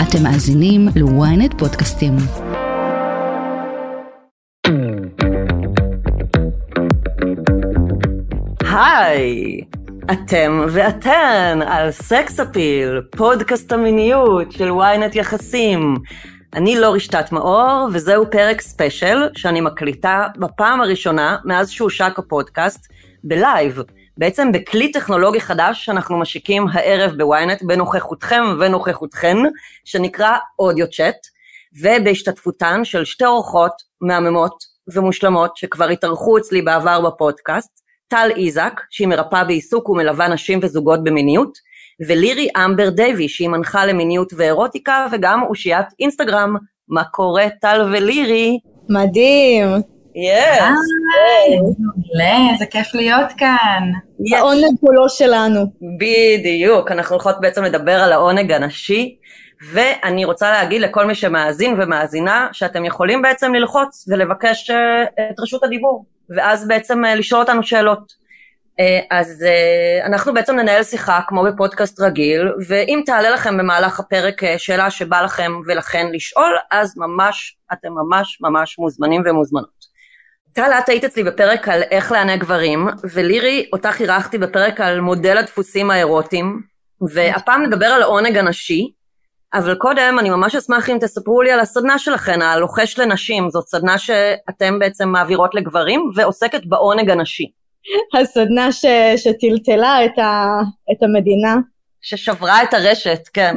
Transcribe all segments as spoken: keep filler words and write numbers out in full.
אתם מאזינים ל-ynet פודקאסטים. היי, אתם ואתן על סקס אפיל, פודקאסט המיניות של ynet יחסים. אני לא רשתת מאור, וזהו פרק ספיישל שאני מקליטה בפעם הראשונה מאז שהושק הפודקאסט בלייב. בעצם בכלי טכנולוגי חדש שאנחנו משיקים הערב בוויינט, בנוכחותכם ונוכחותכן, שנקרא אודיו צ'אט, ובהשתתפותן של שתי אורחות מהממות ומושלמות שכבר התארחו אצלי בעבר בפודקאסט, טל איזק, שהיא מרפאה בעיסוק ומלווה נשים וזוגות במיניות, ולירי אמבר דייבי, שהיא מנחה למיניות ואירוטיקה, וגם אושיית אינסטגרם. מה קורה, טל ולירי? מדהים. יס. היי, מעולה, זה כיף להיות כאן. העונג כולו שלנו. בדיוק, אנחנו הולכות בעצם לדבר על העונג הנשי, ואני רוצה להגיד לכל מי שמאזין ומאזינה, שאתם יכולים בעצם ללחוץ ולבקש את רשות הדיבור, ואז בעצם לשאול אותנו שאלות. אז אנחנו בעצם ננהל שיחה כמו בפודקאסט רגיל, ואם תעלה לכם במהלך הפרק שאלה שבא לכם ולכן לשאול, אז ממש, אתם ממש ממש מוזמנים ומוזמנות. טל, את היית אצלי בפרק על איך לענה גברים, ולירי, אותך אירחתי בפרק על מודל הדפוסים האירוטיים, והפעם נדבר על העונג הנשי, אבל קודם אני ממש אשמח אם תספרו לי על הסדנה שלכן, הלוחש לנשים. זאת סדנה שאתם בעצם מעבירות לגברים, ועוסקת בעונג הנשי. הסדנה ש... שטלטלה את, ה... את המדינה. ששברה את הרשת, כן.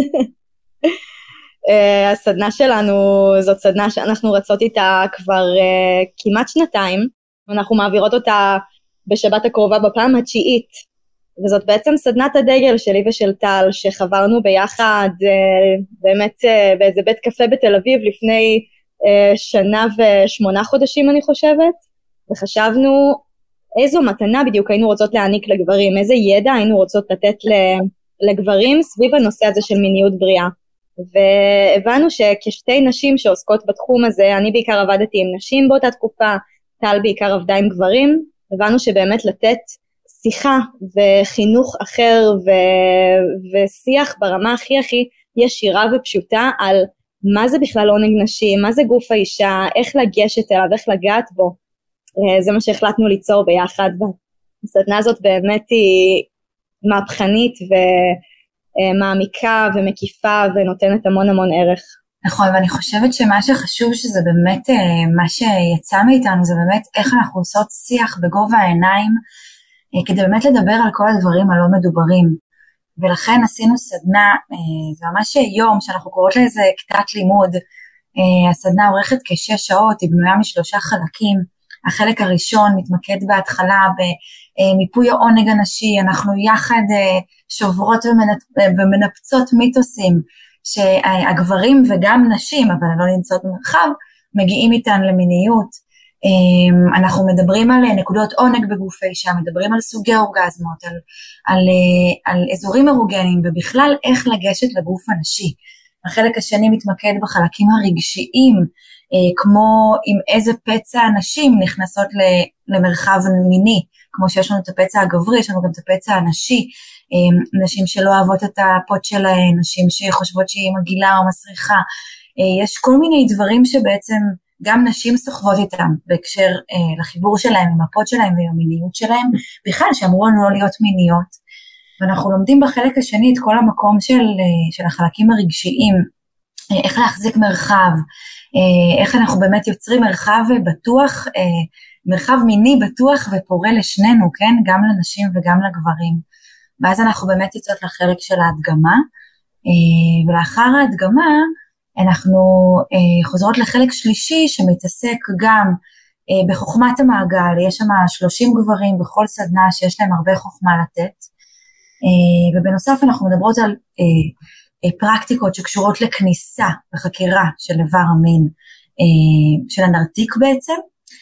הסדנה שלנו זאת סדנה שאנחנו רצות איתה כבר uh, כמעט שנתיים, ואנחנו מעבירות אותה בשבת הקרובה בפעם התשיעית, וזאת בעצם סדנת הדגל שלי ושל טל, שחברנו ביחד uh, באמת uh, באיזה בית קפה בתל אביב לפני uh, שנה ושמונה חודשים אני חושבת, וחשבנו איזו מתנה בדיוק היינו רוצות להעניק לגברים, איזה ידע היינו רוצות לתת לגברים סביב הנושא הזה של מיניות בריאה. והבנו שכשתי נשים שעוסקות בתחום הזה, אני בעיקר עבדתי עם נשים באותה תקופה, טל בעיקר עבדה עם גברים, הבנו שבאמת לתת שיחה וחינוך אחר ו- ושיח ברמה הכי הכי ישירה ופשוטה על מה זה בכלל עונג נשי, מה זה גוף האישה, איך לגשת אליו, איך לגעת בו. זה מה שהחלטנו ליצור ביחד. הסדנה הזאת באמת היא מהפכנית ומעמיקה ומקיפה ונותנת המון המון ערך. נכון, ואני חושבת שמה שחשוב שזה באמת, מה שיצא מאיתנו זה באמת איך אנחנו עושות שיח בגובה העיניים, כדי באמת לדבר על כל הדברים הלא מדוברים. ולכן עשינו סדנה, זה ממש יום שאנחנו קוראות לאיזה כיתת לימוד, הסדנה עורכת כשש שעות, היא בנויה משלושה חלקים, החלק הראשון מתמקד בהתחלה במיפוי העונג הנשי, אנחנו יחד שוברות ומנפצות מיתוסים שהגברים וגם נשים, אבל לא נמצאות במרחב, מגיעים איתן למיניות. אנחנו מדברים על נקודות עונג בגוף האישה, מדברים על סוגי אורגזמות, על, על, על אזורים אירוגניים, ובכלל איך לגשת לגוף הנשי. החלק השני מתמקד בחלקים הרגשיים, כמו עם איזה פצע הנשים נכנסות למרחב מיני, כמו שיש לנו את הפצע הגברי, יש לנו גם את הפצע הנשי, נשים שלא אוהבות את הפות שלהן, נשים שחושבות שהיא מגעילה או מסריחה, יש כל מיני דברים שבעצם גם נשים סוחבות איתם, בהקשר לחיבור שלהם, עם הפות שלהם ועם המיניות שלהם, בכלל שאמרו לנו לא להיות מיניות, ואנחנו לומדים בחלק השני את כל המקום של, של החלקים הרגשיים, איך להחזיק מרחב, איך אנחנו באמת יוצרים מרחב בטוח, מרחב מיני בטוח ופורה לשנינו, כן? גם לנשים וגם לגברים. ואז אנחנו באמת יוצאות לחלק של ההדגמה, ולאחר ההדגמה אנחנו חוזרות לחלק שלישי שמתעסק גם בחוכמת המעגל, יש שם שלושים גברים בכל סדנה שיש להם הרבה חוכמה לתת, ובנוסף אנחנו מדברות על פרקטיקות שקשורות לכניסה וחקירה של איבר המין של הנרתיק בעצם,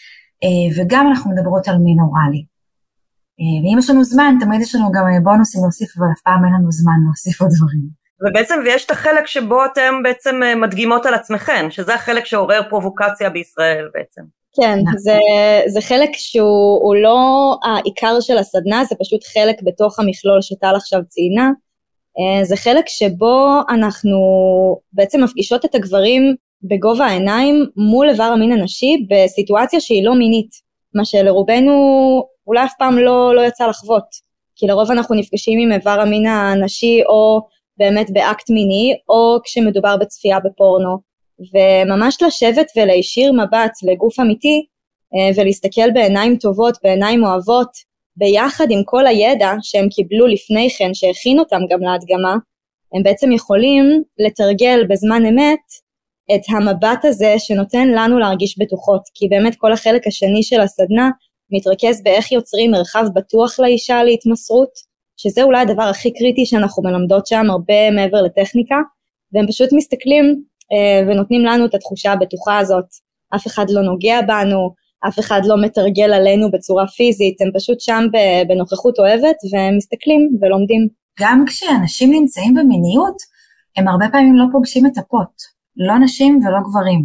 וגם אנחנו מדברות על מין אוראלי. ואם יש לנו זמן, תמיד יש לנו גם בונוסים להוסיף, אבל אף פעם אין לנו זמן להוסיף עוד דברים. ובעצם ויש את החלק שבו אתם בעצם מדגימות על עצמכם, שזה החלק שעורר פרובוקציה בישראל בעצם. כן, זה, זה חלק שהוא לא העיקר של הסדנה, זה פשוט חלק בתוך המכלול שטל עכשיו ציינה, זה חלק שבו אנחנו בעצם מפגישות את הגברים בגובה העיניים מול איבר המין הנשי בסיטואציה שהיא לא מינית, מה שלרובנו אולי אף פעם לא, לא יצא לחוות, כי לרוב אנחנו נפגשים עם איבר המין הנשי או באמת באקט מיני, או כשמדובר בצפייה בפורנו, וממש לשבת ולהישיר מבט לגוף אמיתי, ולהסתכל בעיניים טובות, בעיניים אוהבות, ביחד עם כל הידע שהם קיבלו לפני כן, שהכין אותם גם להדגמה, הם בעצם יכולים לתרגל בזמן אמת את המבט הזה שנותן לנו להרגיש בטוחות, כי באמת כל החלק השני של הסדנה מתרכז באיך יוצרים מרחב בטוח לאישה להתמסרות, שזה אולי הדבר הכי קריטי שאנחנו מלמדות שם הרבה מעבר לטכניקה, והם פשוט מסתכלים אה, ונותנים לנו את התחושה הבטוחה הזאת, אף אחד לא נוגע בנו, אף אחד לא מתרגל עלינו בצורה פיזית, הם פשוט שם בנוכחות אוהבת ומסתכלים ולומדים. גם כשאנשים נמצאים במיניות, הם הרבה פעמים לא פוגשים את הפות, לא נשים ולא גברים.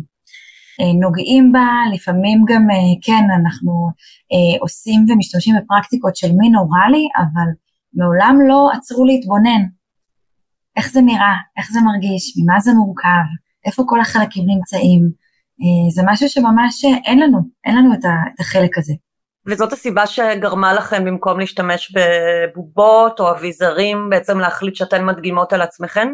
נוגעים בה, לפעמים גם כן אנחנו עושים ומשתמשים בפרקטיקות של מין אוראלי, אבל מעולם לא עצרו להתבונן. איך זה נראה, איך זה מרגיש, ממה זה מורכב, איפה כל החלקים נמצאים. זה משהו שממש אין לנו, אין לנו את החלק הזה. וזאת הסיבה שגרמה לכם במקום להשתמש בבובות או אביזרים, בעצם להחליט שאתן מדגימות על עצמכן?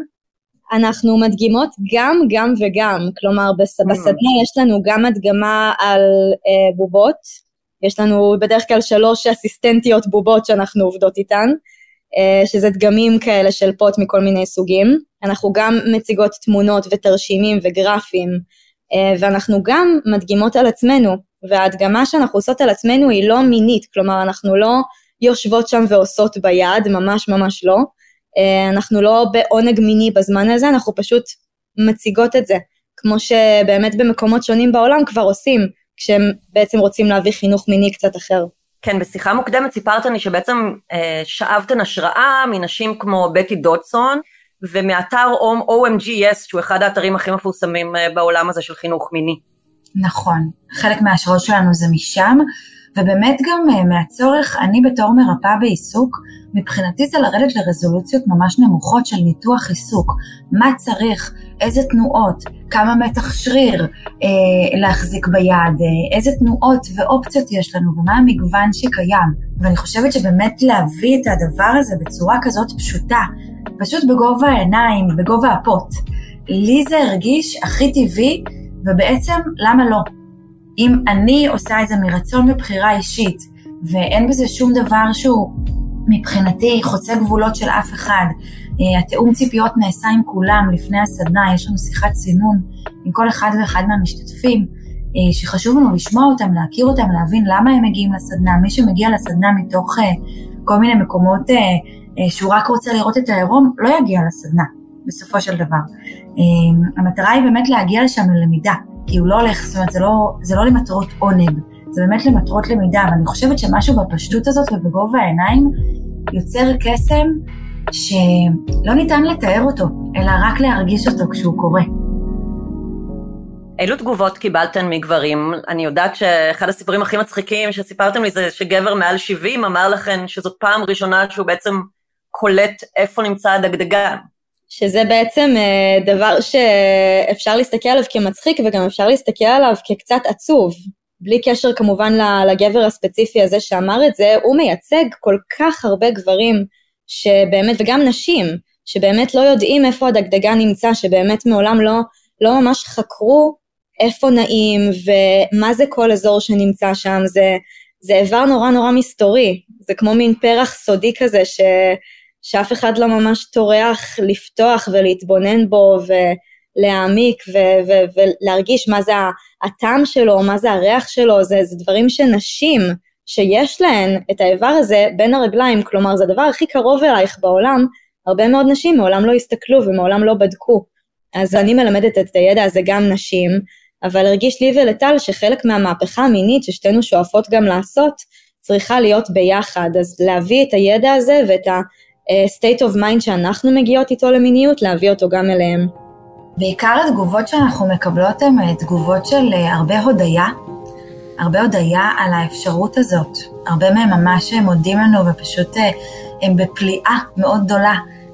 אנחנו מדגימות גם, גם וגם, כלומר בסדנה יש לנו גם הדגמה על אה, בובות, יש לנו בדרך כלל שלוש אסיסטנטיות בובות שאנחנו עובדות איתן, אה, שזה דגמים כאלה של פות מכל מיני סוגים, אנחנו גם מציגות תמונות ותרשימים וגרפים, אה, ואנחנו גם מדגימות על עצמנו, וההדגמה שאנחנו עושות על עצמנו היא לא מינית, כלומר אנחנו לא יושבות שם ועושות ביד, ממש ממש לא, אנחנו לא בעונג מיני בזמן הזה, אנחנו פשוט מציגות את זה, כמו שבאמת במקומות שונים בעולם כבר עושים, כשהם בעצם רוצים להביא חינוך מיני קצת אחר. כן, בשיחה מוקדמת סיפרת לי שבעצם אה, שאבתן השראה מנשים כמו בטי דודסון, ומאתר או אם ג'י אס, שהוא אחד האתרים הכי מפורסמים אה, בעולם הזה של חינוך מיני. נכון, חלק מההשראות שלנו זה משם, ובאמת גם מהצורך, אני בתור מרפאה בעיסוק, מבחינתי זה לרדת לרזולוציות ממש נמוכות של ניתוח עיסוק, מה צריך, איזה תנועות, כמה מתח שריר אה, להחזיק ביד, אה, איזה תנועות ואופציות יש לנו, ומה המגוון שקיים, ואני חושבת שבאמת להביא את הדבר הזה בצורה כזאת פשוטה, פשוט בגובה העיניים, בגובה הפות, לי זה הרגיש הכי טבעי, ובעצם למה לא? אם אני עושה את זה מרצון מבחירה אישית, ואין בזה שום דבר שהוא מבחינתי חוצה גבולות של אף אחד, התאום ציפיות נעשה עם כולם לפני הסדנה, יש לנו שיחת סינון עם כל אחד ואחד מהמשתתפים, שחשוב לנו לשמוע אותם, להכיר אותם, להבין למה הם מגיעים לסדנה, מי שמגיע לסדנה מתוך כל מיני מקומות שהוא רק רוצה לראות את העירום, לא יגיע לסדנה בסופו של דבר. המטרה היא באמת להגיע לשם ללמידה, כי הוא לא הולך, זאת אומרת, זה לא, זה לא למטרות עונג, זה באמת למטרות למידה, ואני חושבת שמשהו בפשטות הזאת ובגובה העיניים יוצר קסם שלא ניתן לתאר אותו, אלא רק להרגיש אותו כשהוא קורה. אילו תגובות קיבלתן מגברים? אני יודעת שאחד הסיפורים הכי מצחיקים שסיפרתם לי זה שגבר מעל שבעים אמר לכם שזאת פעם ראשונה שהוא בעצם קולט איפה נמצא הדגדגן. שזה בעצם דבר שאפשר להסתכל עליו כמצחיק, וגם אפשר להסתכל עליו כקצת עצוב, בלי קשר כמובן לגבר הספציפי הזה שאמר את זה, הוא מייצג כל כך הרבה גברים, שבאמת, וגם נשים, שבאמת לא יודעים איפה הדגדגן נמצא, שבאמת מעולם לא, לא ממש חקרו איפה נעים, ומה זה כל אזור שנמצא שם, זה, זה איבר נורא נורא מסתורי, זה כמו מין פרח סודי כזה, ש... שאף אחד לא ממש טורח לפתוח ולהתבונן בו ולהעמיק ו- ו- ולהרגיש מה זה הטעם שלו, מה זה הריח שלו, זה, זה דברים שנשים שיש להן את האיבר הזה בין הרגליים, כלומר זה הדבר הכי קרוב אלייך בעולם, הרבה מאוד נשים מעולם לא הסתכלו ומעולם לא בדקו, אז אני מלמדת את הידע הזה גם נשים, אבל הרגיש לי ולטל שחלק מהמהפכה המינית ששתינו שואפות גם לעשות, צריכה להיות ביחד, אז להביא את הידע הזה ואת ה... state of mind שאנחנו מגיעות איתו למיניות, להביא אותו גם אליהם. בעיקר התגובות שאנחנו מקבלות הן תגובות של הרבה הודיה, הרבה הודיה על האפשרות הזאת. הרבה מהם ממש מודים לנו ופשוט הם בפליאה מאוד גדולה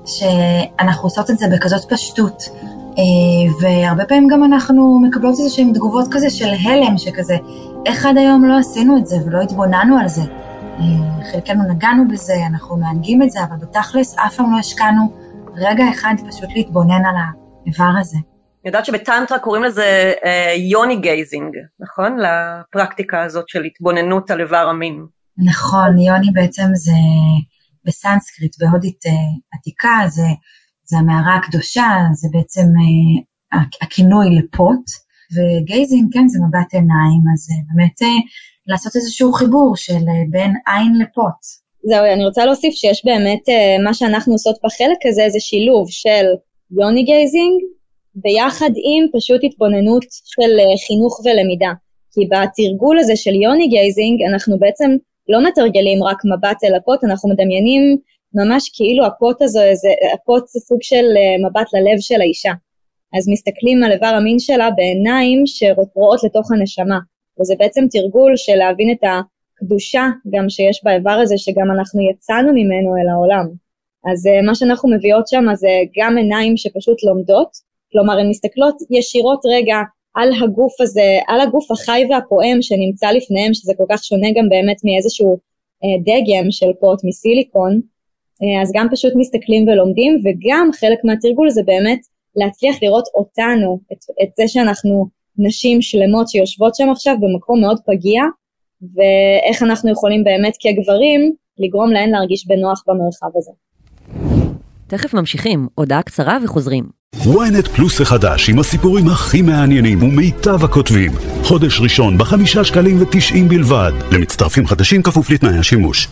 שאנחנו עושות את זה בכזאת פשטות, והרבה פעמים גם אנחנו מקבלות איזה שהן תגובות כזה של הלם, שכזה, איך עד היום לא עשינו את זה ולא התבוננו על זה. חלקנו נגענו בזה, אנחנו מענגים את זה, אבל בתכלס אף פעם לא השקענו רגע אחד פשוט להתבונן על האיבר הזה. אני יודעת שבטנטרה קוראים לזה יוני גייזינג, נכון? לפרקטיקה הזאת של התבוננות על איבר המין. נכון, יוני בעצם זה בסנסקריט, בהודית עתיקה, זה, זה המערה הקדושה, זה בעצם הכינוי לפוט, וגייזינג, כן, זה מבט עיניים, אז באמת לעשות איזשהו חיבור של בין עין לפוט. זהו, אני רוצה להוסיף שיש באמת מה שאנחנו עושות בחלק הזה, זה שילוב של יוני גייזינג, ביחד עם פשוט התבוננות של חינוך ולמידה. כי בתרגול הזה של יוני גייזינג, אנחנו בעצם לא מתרגלים רק מבט אל הפוט, אנחנו מדמיינים ממש כאילו הפוט הזה, הפוט זה סוג של מבט ללב של האישה. אז מסתכלים על איבר המין שלה בעיניים שרואות לתוך הנשמה. וזה בעצם תרגול של להבין את הקדושה גם שיש באיבר הזה, שגם אנחנו יצאנו ממנו אל העולם. אז מה שאנחנו מביאות שם זה גם עיניים שפשוט לומדות, כלומר הן מסתכלות ישירות רגע על הגוף הזה, על הגוף החי והפועם שנמצא לפניהם, שזה כל כך שונה גם באמת מאיזשהו אה, דגם של פוט מסיליקון, אה, אז גם פשוט מסתכלים ולומדים, וגם חלק מהתרגול זה באמת להצליח לראות אותנו, את, את זה שאנחנו נשים שלמות שיושבות שם עכשיו במקום מאוד פגיע, ואיך אנחנו יכולים באמת כגברים לגרום להן להרגיש בנוח במרחב הזה. תכף ממשיכים, הודעה קצרה וחוזרים. וויינט פלוס החדש עם הסיפורים הכי מעניינים ומיטב הכותבים. חודש ראשון בחמישה שקלים ותשעים בלבד. למצטרפים חדשים כפוף לתנאי השימוש.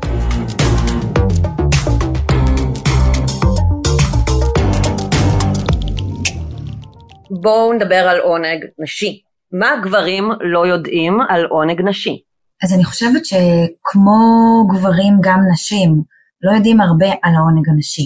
בואו נדבר על עונג נשי. מה גברים לא יודעים על עונג נשי? אז אני חושבת שכמו גברים גם נשים לא יודעים הרבה על העונג הנשי.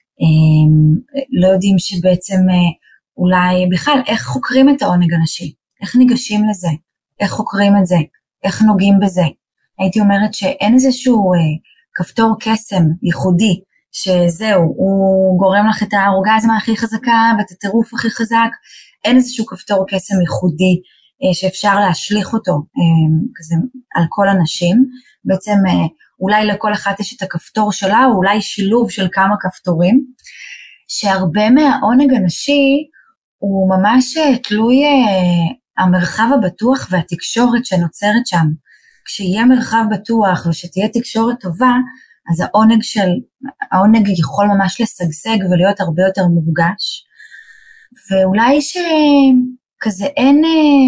לא יודעים שבעצם אולי בכלל איך חוקרים את העונג הנשי, איך ניגשים לזה, איך חוקרים את זה, איך נוגעים בזה. הייתי אומרת שאין איזשהו כפתור קסם ייחודי, שזהו, הוא גורם לך את האורגזמה הכי חזקה ואת הטירוף הכי חזק, אין איזשהו כפתור קסם ייחודי שאפשר להשליך אותו כזה על כל הנשים, בעצם אולי לכל אחת יש את הכפתור שלה, או אולי שילוב של כמה כפתורים, שהרבה מהעונג הנשי הוא ממש תלוי המרחב הבטוח והתקשורת שנוצרת שם. כשיהיה מרחב בטוח ושתהיה תקשורת טובה, אז העונג של, העונג יכול ממש לשגשג ולהיות הרבה יותר מורגש. ואולי שכזה אין,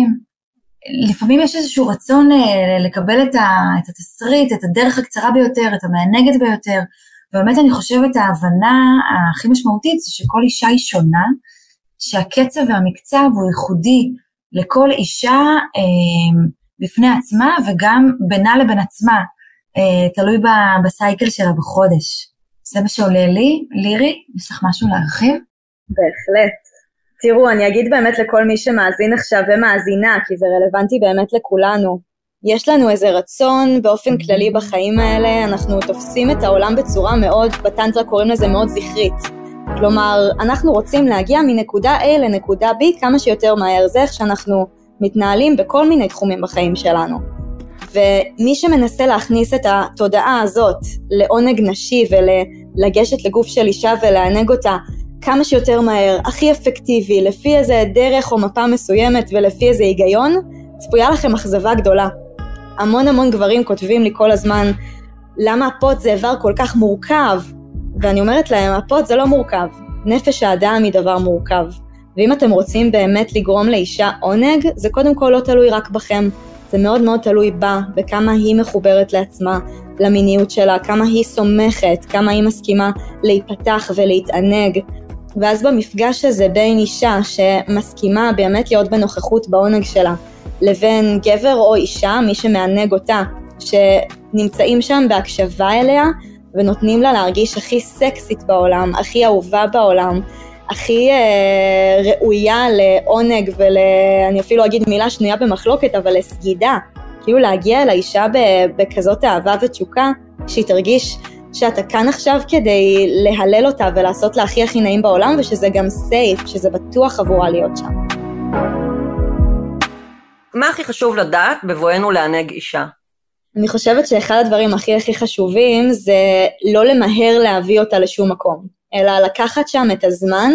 לפעמים יש איזשהו רצון לקבל את, ה, את התסריט, את הדרך הקצרה ביותר, את המענגת ביותר, ובאמת אני חושבת ההבנה הכי משמעותית זה שכל אישה היא שונה, שהקצב והמקצב הוא ייחודי לכל אישה אה, בפני עצמה, וגם בינה לבין עצמה, אה, תלוי בסייקל שלה בחודש. זה מה שעולה לי. לירי, יש לך משהו להרחיב? בהחלט. תראו, אני אגיד באמת לכל מי שמאזין עכשיו ומאזינה, כי זה רלוונטי באמת לכולנו. יש לנו איזה רצון באופן כללי בחיים האלה, אנחנו תופסים את העולם בצורה מאוד, בטנטרה קוראים לזה מאוד זכרית. כלומר, אנחנו רוצים להגיע מנקודה A לנקודה B כמה שיותר מהר, זה איך שאנחנו מתנהלים בכל מיני תחומים בחיים שלנו. ומי שמנסה להכניס את התודעה הזאת לעונג נשי ולגשת לגוף של אישה ולענג אותה כמה שיותר מהר, הכי אפקטיבי, לפי איזה דרך או מפה מסוימת ולפי איזה היגיון, צפויה לכם אכזבה גדולה. המון המון גברים כותבים לי כל הזמן, למה הפוט זה איבר כל כך מורכב? ואני אומרת להם, הפוט זה לא מורכב, נפש האדם היא דבר מורכב. ואם אתם רוצים באמת לגרום לאישה עונג, זה קודם כל לא תלוי רק בכם, זה מאוד מאוד תלוי בה, בכמה היא מחוברת לעצמה, למיניות שלה, כמה היא סומכת, כמה היא מסכימה להיפתח ולהתענג. ואז במפגש הזה בין אישה שמסכימה באמת להיות בנוכחות בעונג שלה, לבין גבר או אישה, מי שמענג אותה, שנמצאים שם בהקשבה אליה, ונותנים לה להרגיש הכי סקסית בעולם, הכי אהובה בעולם, הכי אה, ראויה לעונג, ואני אפילו אגיד מילה שנויה במחלוקת, אבל לסגידה, כאילו להגיע אל האישה בכזאת אהבה ותשוקה, שהיא תרגיש שאתה כאן עכשיו כדי להלל אותה ולעשות לה הכי הכי נעים בעולם, ושזה גם סייף, שזה בטוח עבורה להיות שם. מה הכי חשוב לדעת בבואנו לענג אישה? אני חושבת שאחד הדברים הכי הכי חשובים זה לא למהר להביא אותה לשום מקום, אלא לקחת שם את הזמן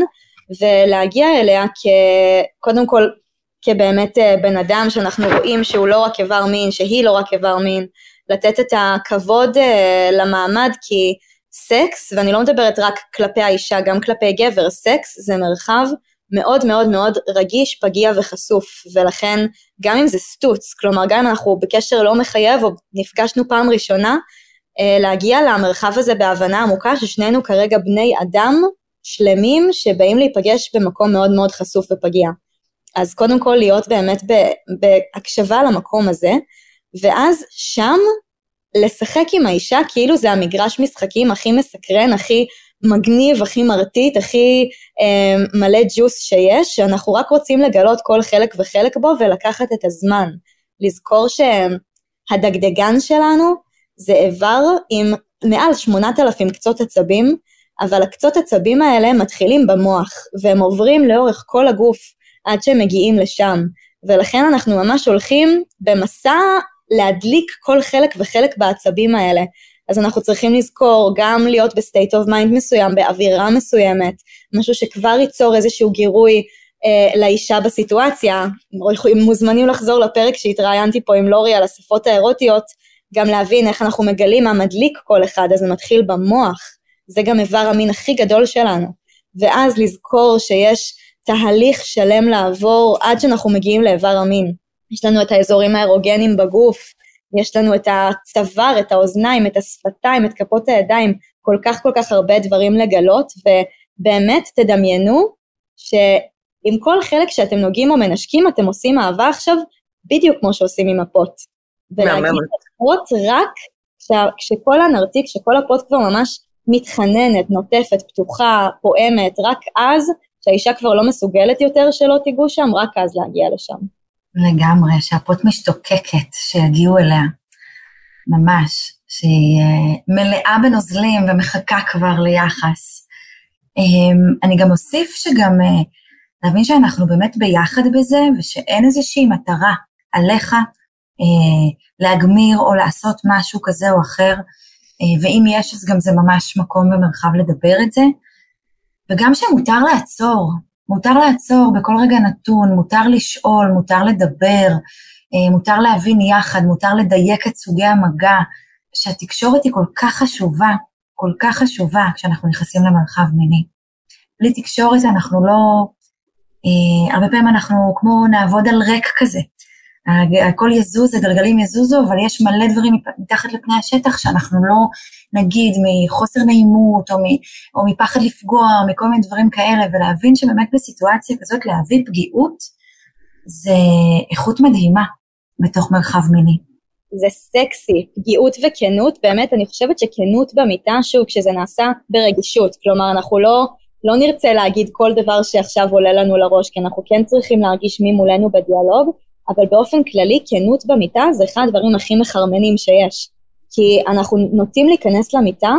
ולהגיע אליה קודם כל כבאמת בן אדם שאנחנו רואים שהוא לא רק איבר מין, שהיא לא רק איבר מין, לתת את הכבוד למעמד, כי סקס, ואני לא מדברת רק כלפי האישה, גם כלפי גבר, סקס זה מרחב מאוד מאוד מאוד רגיש, פגיע וחשוף, ולכן גם אם זה סטוץ, כלומר גם אם אנחנו בקשר לא מחייב, או נפגשנו פעם ראשונה, להגיע למרחב הזה בהבנה עמוקה, ששנינו כרגע בני אדם שלמים, שבאים להיפגש במקום מאוד מאוד חשוף ופגיע. אז קודם כל להיות באמת בהקשבה למקום הזה, ואז שם לשחק עם האישה, כאילו זה המגרש משחקים הכי מסקרן, הכי מגניב, הכי מרטיט, הכי אה, מלא ג'וס שיש, שאנחנו רק רוצים לגלות כל חלק וחלק בו, ולקחת את הזמן. לזכור שהדגדגן שלנו, זה איבר עם מעל שמונת אלפים קצות עצבים, אבל הקצות עצבים האלה מתחילים במוח, והם עוברים לאורך כל הגוף, עד שהם מגיעים לשם, ולכן אנחנו ממש הולכים במסע להדליק כל חלק וחלק בעצבים האלה, אז אנחנו צריכים לזכור גם להיות בסטייט אוף מיינד מסוים, באווירה מסוימת, משהו שכבר ייצור איזשהו גירוי אה, לאישה בסיטואציה, מוזמנים לחזור לפרק שהתראיינתי פה עם לורי על השפות האירוטיות, גם להבין איך אנחנו מגלים מה מדליק כל אחד, אז זה מתחיל במוח, זה גם איבר המין הכי גדול שלנו, ואז לזכור שיש תהליך שלם לעבור עד שאנחנו מגיעים לאיבר המין. יש לנו את האזורים האירוגנים בגוף, יש לנו את הצוואר, את האוזניים, את השפתיים, את כפות הידיים, כל כך כל כך הרבה דברים לגלות, ובאמת תדמיינו שעם כל חלק שאתם נוגעים או מנשקים, אתם עושים אהבה עכשיו בדיוק כמו שעושים עם הפוט. ולהגיד את הפוט רק כשכל הנרתיק, כשכל הפוט כבר ממש מתחננת, נוטפת, פתוחה, פועמת, רק אז שהאישה כבר לא מסוגלת יותר שלא תיגעו שם, רק אז להגיע לשם. לגמרי, שהפוט משתוקקת, שיגיעו אליה, ממש, שהיא מלאה בנוזלים ומחכה כבר ליחס. אני גם אוסיף שגם להבין שאנחנו באמת ביחד בזה, ושאין איזושהי מטרה עליך להגמיר או לעשות משהו כזה או אחר, ואם יש אז גם זה ממש מקום ומרחב לדבר את זה, וגם שמותר לעצור, מותר לעצור בכל רגע נתון, מותר לשאול, מותר לדבר, מותר להבין יחד, מותר לדייק את סוגי המגע, שהתקשורת היא כל כך חשובה, כל כך חשובה כשאנחנו נכנסים למרחב מיני. בלי תקשורת אנחנו לא, אה, הרבה פעמים אנחנו כמו נעבוד על ריק כזה, הכל יזוז, הגלגלים יזוזו, אבל יש מלא דברים מתחת לפני השטח שאנחנו לא נגיד מחוסר נעימות, או, מ, או מפחד לפגוע, או מכל מיני דברים כאלה, ולהבין שבאמת בסיטואציה כזאת להביא פגיעות, זה איכות מדהימה בתוך מרחב מיני. זה סקסי, פגיעות וכנות, באמת אני חושבת שכנות במיטה, שוב, כשזה נעשה ברגישות, כלומר אנחנו לא, לא נרצה להגיד כל דבר שעכשיו עולה לנו לראש, כי אנחנו כן צריכים להרגיש מי מולנו בדיאלוג, אבל באופן כללי, כנות במיטה זה אחד הדברים הכי מחרמנים שיש, כי אנחנו נוטים להיכנס למיטה,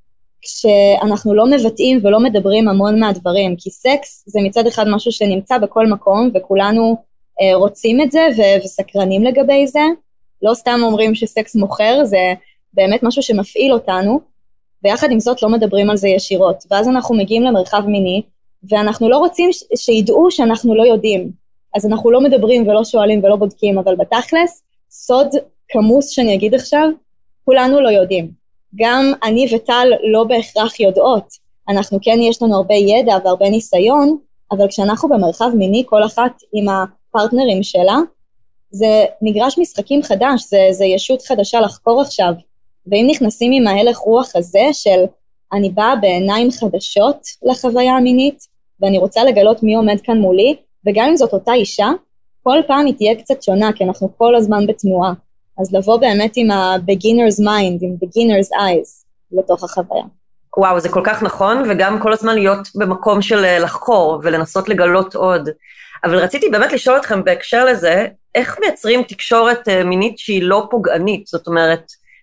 כשאנחנו לא מבטאים ולא מדברים המון מהדברים, כי סקס זה מצד אחד משהו שנמצא בכל מקום, וכולנו אה, רוצים את זה ו- וסקרנים לגבי זה, לא סתם אומרים שסקס מוכר, זה באמת משהו שמפעיל אותנו, ויחד עם זאת לא מדברים על זה ישירות, ואז אנחנו מגיעים למרחב מיני, ואנחנו לא רוצים ש- שידעו שאנחנו לא יודעים, אז אנחנו לא מדברים ולא שואלים ולא בודקים, אבל בתכלס, סוד כמוס שאני אגיד עכשיו, כולנו לא יודעים. גם אני וטל לא בהכרח יודעות, אנחנו כן יש לנו הרבה ידע והרבה ניסיון, אבל כשאנחנו במרחב מיני, כל אחת עם הפרטנרים שלה, זה מגרש משחקים חדש, זה, זה ישות חדשה לחקור עכשיו, ואם נכנסים עם ההלך רוח הזה של אני באה בעיניים חדשות לחוויה המינית, ואני רוצה לגלות מי עומד כאן מולי, וגם אם זאת אותה אישה, כל פעם היא תהיה קצת שונה, כי אנחנו כל הזמן בתנועה. אז לבוא באמת עם ה-beginner's mind, עם beginner's eyes, לתוך החוויה. וואו, זה כל כך נכון, וגם כל הזמן להיות במקום של לחקור, ולנסות לגלות עוד. אבל רציתי באמת לשאול אתכם בהקשר לזה, איך מייצרים תקשורת מינית שהיא לא פוגענית? זאת אומרת,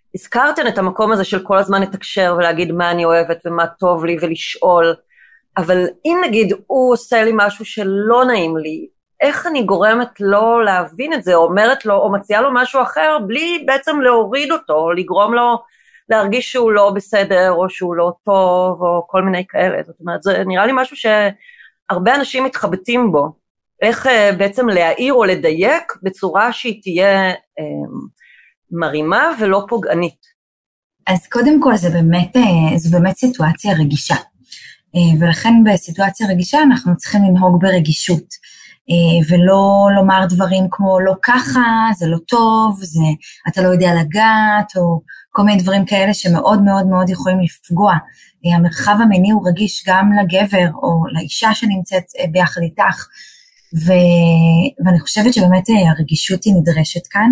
הזכרתן את המקום הזה של כל הזמן לתקשר ולהגיד מה אני אוהבת ומה טוב לי ולשאול, אבל אם נגיד הוא עושה לי משהו שלא נעים לי, איך אני גורמת לו להבין את זה, או אומרת לו, או מציעה לו משהו אחר, בלי בעצם להוריד אותו, או לגרום לו להרגיש שהוא לא בסדר, או שהוא לא טוב, או כל מיני כאלה. זאת אומרת, זה נראה לי משהו שהרבה אנשים מתחבטים בו, איך uh, בעצם להעיר או לדייק בצורה שהיא תהיה uh, מרימה ולא פוגענית. אז קודם כל זה באמת, זו באמת סיטואציה רגישה, ולכן בסיטואציה רגישה אנחנו צריכים לנהוג ברגישות, ולא לומר דברים כמו לא ככה, זה לא טוב, זה, אתה לא יודע לגעת, או כל מיני דברים כאלה שמאוד מאוד מאוד יכולים לפגוע. המרחב המיני הוא רגיש גם לגבר או לאישה שנמצאת ביחד איתך, ו, ואני חושבת שבאמת הרגישות היא נדרשת כאן.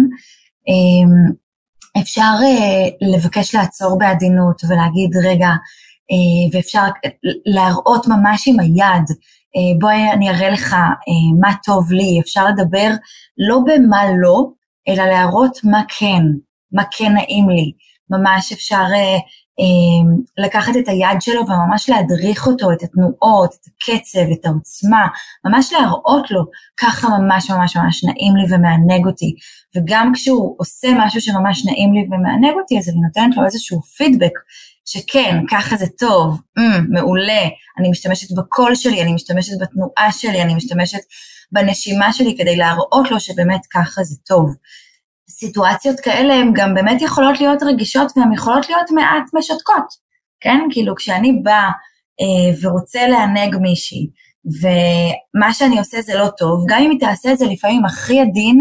אפשר לבקש לעצור בעדינות ולהגיד רגע, ואפשר להראות ממש עם היד, בואי אני אראה לך מה טוב לי, אפשר לדבר לא במה לא, אלא להראות מה כן, מה כן נעים לי, ממש אפשר לקחת את היד שלו וממש להדריך אותו, את התנועות, את הקצב, את העוצמה, ממש להראות לו, ככה ממש ממש ממש נעים לי ומענג אותי, וגם כשהוא עושה משהו שממש נעים לי ומענג אותי, אז אני נותנת לו איזשהו פידבק, שכן, ככה זה טוב, mm, מעולה, אני משתמשת בקול שלי, אני משתמשת בתנועה שלי, אני משתמשת בנשימה שלי, כדי להראות לו שבאמת ככה זה טוב. סיטואציות כאלה הן גם באמת יכולות להיות רגישות, והן יכולות להיות מעט משתקות, כן? כאילו כשאני באה אה, ורוצה לענג מישהי, ומה שאני עושה זה לא טוב, גם אם היא תעשה את זה לפעמים הכי עדין,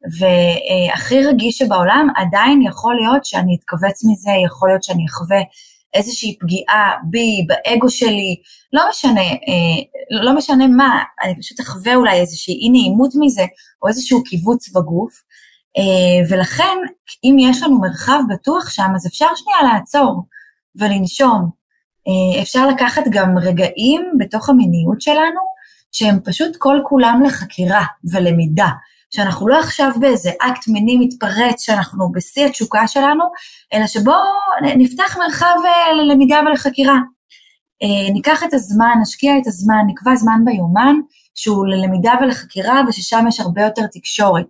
והכי רגיש שבעולם, עדיין יכול להיות שאני אתכווץ מזה, יכול להיות שאני אחווה איזושהי פגיעה בי, באגו שלי, לא משנה, אה, לא משנה מה, אני פשוט אחווה אולי איזושהי אי נעימות מזה, או איזשהו קיבוץ בגוף, ולכן, אם יש לנו מרחב בטוח שם, אז אפשר שנייה לעצור ולנשום. אפשר לקחת גם רגעים בתוך המיניות שלנו, שהם פשוט כל כולם לחקירה ולמידה, שאנחנו לא עכשיו באיזה אקט מיני מתפרץ, שאנחנו בשיא התשוקה שלנו, אלא שבו נפתח מרחב ללמידה ולחקירה. ניקח את הזמן, נשקיע את הזמן, נקבע זמן ביומן, שהוא ללמידה ולחקירה, וששם יש הרבה יותר תקשורת.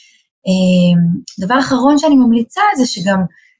דבר אחרון שאני ממליצה זה שגם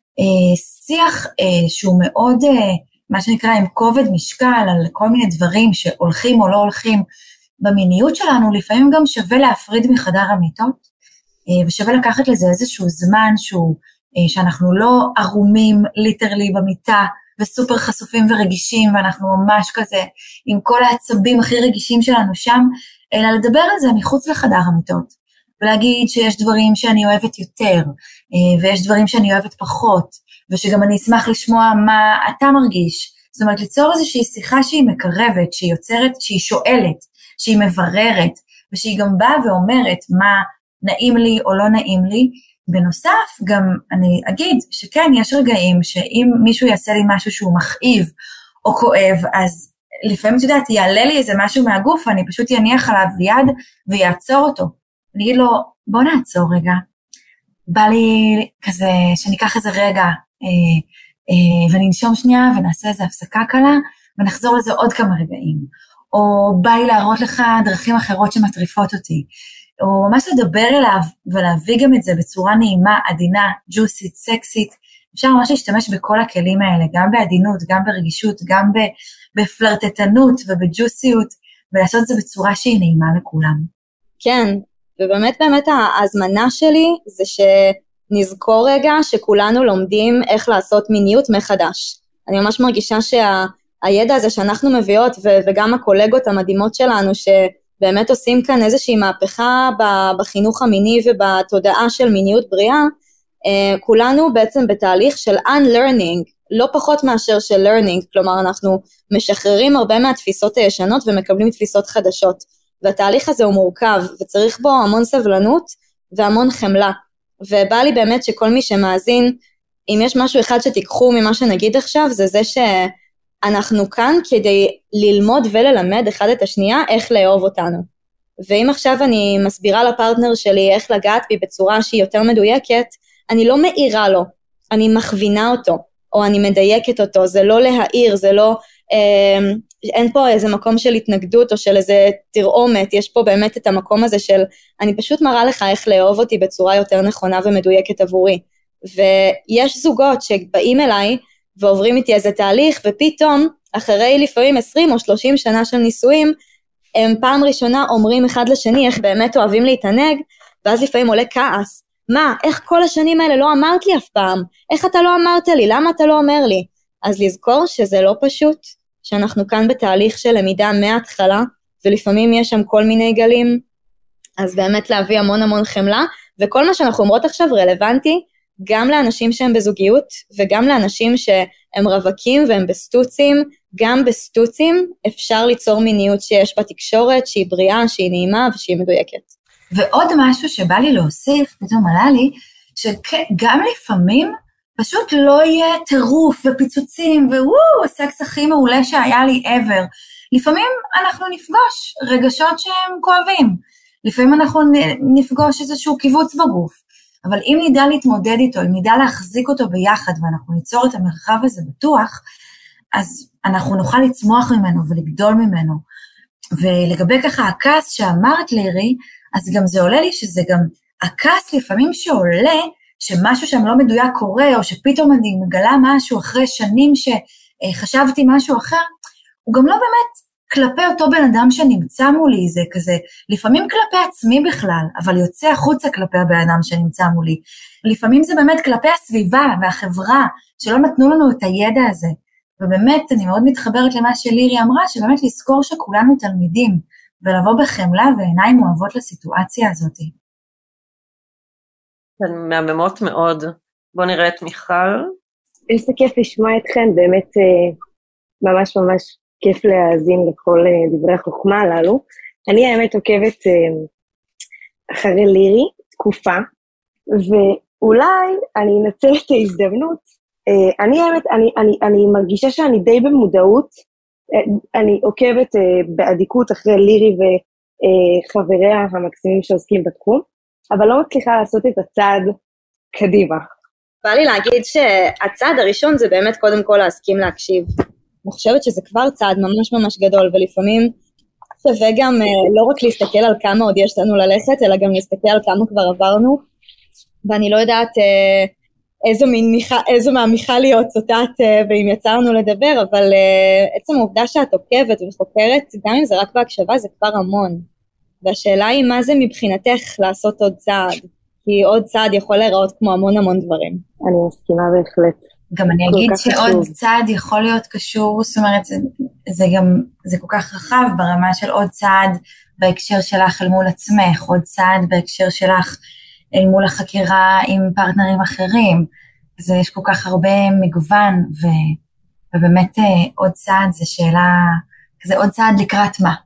שיח שהוא מאוד, מה שנקרא, עם כובד משקל על כל מיני דברים שהולכים או לא הולכים במיניות שלנו, לפעמים גם שווה להפריד מחדר המיטות, ושווה לקחת לזה איזשהו זמן שהוא, שאנחנו לא ערומים ליטרלי במיטה, וסופר חשופים ורגישים, ואנחנו ממש כזה עם כל העצבים הכי רגישים שלנו שם, אלא לדבר על זה מחוץ לחדר המיטות. ולהגיד שיש דברים שאני אוהבת יותר, ויש דברים שאני אוהבת פחות, ושגם אני אשמח לשמוע מה אתה מרגיש. זאת אומרת, ליצור איזושהי שיחה שהיא מקרבת, שהיא יוצרת, שהיא שואלת, שהיא מבררת, ושהיא גם באה ואומרת מה נעים לי או לא נעים לי. בנוסף, גם אני אגיד שכן, יש רגעים שאם מישהו יעשה לי משהו שהוא מכאיב או כואב, אז לפעמים, את יודעת, יעלה לי איזה משהו מהגוף, ואני פשוט יניח עליו יד ויעצור אותו. אני אגיד לו, בוא נעצור רגע, בא לי כזה, שניקח איזה רגע, אה, אה, וננשום שנייה, ונעשה איזו הפסקה קלה, ונחזור לזה עוד כמה רגעים, או בא לי להראות לך דרכים אחרות שמטריפות אותי, או ממש לדבר אליו, ולהביא גם את זה בצורה נעימה, עדינה, ג'וסית, סקסית, אפשר ממש להשתמש בכל הכלים האלה, גם בעדינות, גם ברגישות, גם בפלרטטנות ובג'וסיות, ולעשות את זה בצורה שהיא נעימה לכולם. כן, ובאמת באמת ההזמנה שלי זה שנזכור רגע שכולנו לומדים איך לעשות מיניות מחדש. אני ממש מרגישה שהידע הזה שאנחנו מביאות וגם הקולגות המדהימות שלנו שבאמת עושים כאן איזושהי מהפכה בחינוך המיני ובתודעה של מיניות בריאה, כולנו בעצם בתהליך של unlearning, לא פחות מאשר של learning, כלומר אנחנו משחררים הרבה מהתפיסות הישנות ומקבלים תפיסות חדשות. והתהליך הזה הוא מורכב, וצריך בו המון סבלנות והמון חמלה. ובא לי באמת שכל מי שמאזין, אם יש משהו אחד שתיקחו ממה שנגיד עכשיו, זה זה שאנחנו כאן כדי ללמוד וללמד אחד את השנייה איך לאהוב אותנו. ואם עכשיו אני מסבירה לפרטנר שלי איך לגעת בי בצורה שהיא יותר מדויקת, אני לא מאירה לו, אני מכווינה אותו, או אני מדייקת אותו, זה לא להעיר, זה לא, אה, אין פה איזה מקום של התנגדות, או של איזה תרעומת, יש פה באמת את המקום הזה של, אני פשוט מראה לך איך לאהוב אותי בצורה יותר נכונה ומדויקת עבורי, ויש זוגות שבאים אליי, ועוברים איתי איזה תהליך, ופתאום, אחרי לפעמים עשרים או שלושים שנה של נישואים, הם פעם ראשונה אומרים אחד לשני, איך באמת אוהבים להתענג, ואז לפעמים עולה כעס, מה, איך כל השנים האלה לא אמרת לי אף פעם? איך אתה לא אמרת לי? למה אתה לא אומר לי? אז לזכור שזה לא פשוט, שאנחנו כאן בתהליך של למידה מההתחלה, ולפעמים יש שם כל מיני גלים, אז באמת להביא המון המון חמלה, וכל מה שאנחנו אומרות עכשיו רלוונטי, גם לאנשים שהם בזוגיות, וגם לאנשים שהם רווקים והם בסטוצים, גם בסטוצים אפשר ליצור מיניות שיש בתקשורת, שהיא בריאה, שהיא נעימה ושהיא מדויקת. ועוד משהו שבא לי להוסיף, פתאום עלה לי, שגם לפעמים פשוט לא יהיה טירוף ופיצוצים, ווואו, הסקס הכי מעולה שהיה לי ever. לפעמים אנחנו נפגוש רגשות שהם כואבים, לפעמים אנחנו נפגוש איזשהו קיבוץ בגוף, אבל אם נדע להתמודד איתו, אם נדע להחזיק אותו ביחד, ואנחנו ניצור את המרחב הזה בטוח, אז אנחנו נוכל לצמוח ממנו ולגדול ממנו. ולגבי ככה הכעס שאמרת לירי, אז גם זה עולה לי שזה גם הכעס לפעמים שעולה, שמשהו שם לא מדויק קורה, או שפתאום אני מגלה משהו אחרי שנים שחשבתי משהו אחר, הוא גם לא באמת כלפי אותו בן אדם שנמצא מולי, זה כזה, לפעמים כלפי עצמי בכלל, אבל יוצא החוצה כלפי הבן אדם שנמצא מולי. לפעמים זה באמת כלפי הסביבה והחברה, שלא נתנו לנו את הידע הזה. ובאמת אני מאוד מתחברת למה שלירי אמרה, שבאמת לזכור שכולנו תלמידים, ולבוא בחמלה ועיניים אוהבות לסיטואציה הזאת. הן מהממות מאוד. בוא נראה את מיכל. איזה כיף לשמוע אתכם, באמת ממש ממש כיף להאזין לכל דברי החוכמה הללו. אני האמת עוקבת אחרי לירי תקופה, ואולי אני אנצל את ההזדמנות. אני האמת, אני, אני, אני מרגישה שאני די במודעות, אני עוקבת בעדיקות אחרי לירי וחבריה המקסימים שעוסקים בתחום, אבל לא מצליחה לעשות את הצעד קדימה. בא לי להגיד שהצעד הראשון זה באמת קודם כל להסכים להקשיב. אני חושבת שזה כבר צעד ממש ממש גדול, ולפעמים שווה גם לא רק להסתכל על כמה עוד יש לנו ללכת, אלא גם להסתכל על כמה כבר עברנו, ואני לא יודעת איזו, מיכה, איזו מהמיכליות צוטט ואם יצרנו לדבר, אבל עצם העובדה שאת עוקבת וחוקרת, גם אם זה רק בהקשבה, זה כבר המון. והשאלה היא מה זה מבחינתך לעשות עוד צעד, כי עוד צעד יכול להיראות כמו המון המון דברים. אני מסכימה בהחלט. גם אני אגיד שעוד חשוב. צעד יכול להיות קשור, זאת אומרת, זה, זה גם, זה כל כך רחב ברמה של עוד צעד בהקשר שלך אל מול עצמך, עוד צעד בהקשר שלך אל מול החקירה עם פרטנרים אחרים, אז יש כל כך הרבה מגוון, ו, ובאמת עוד צעד זה שאלה, זה עוד צעד לקראת מה.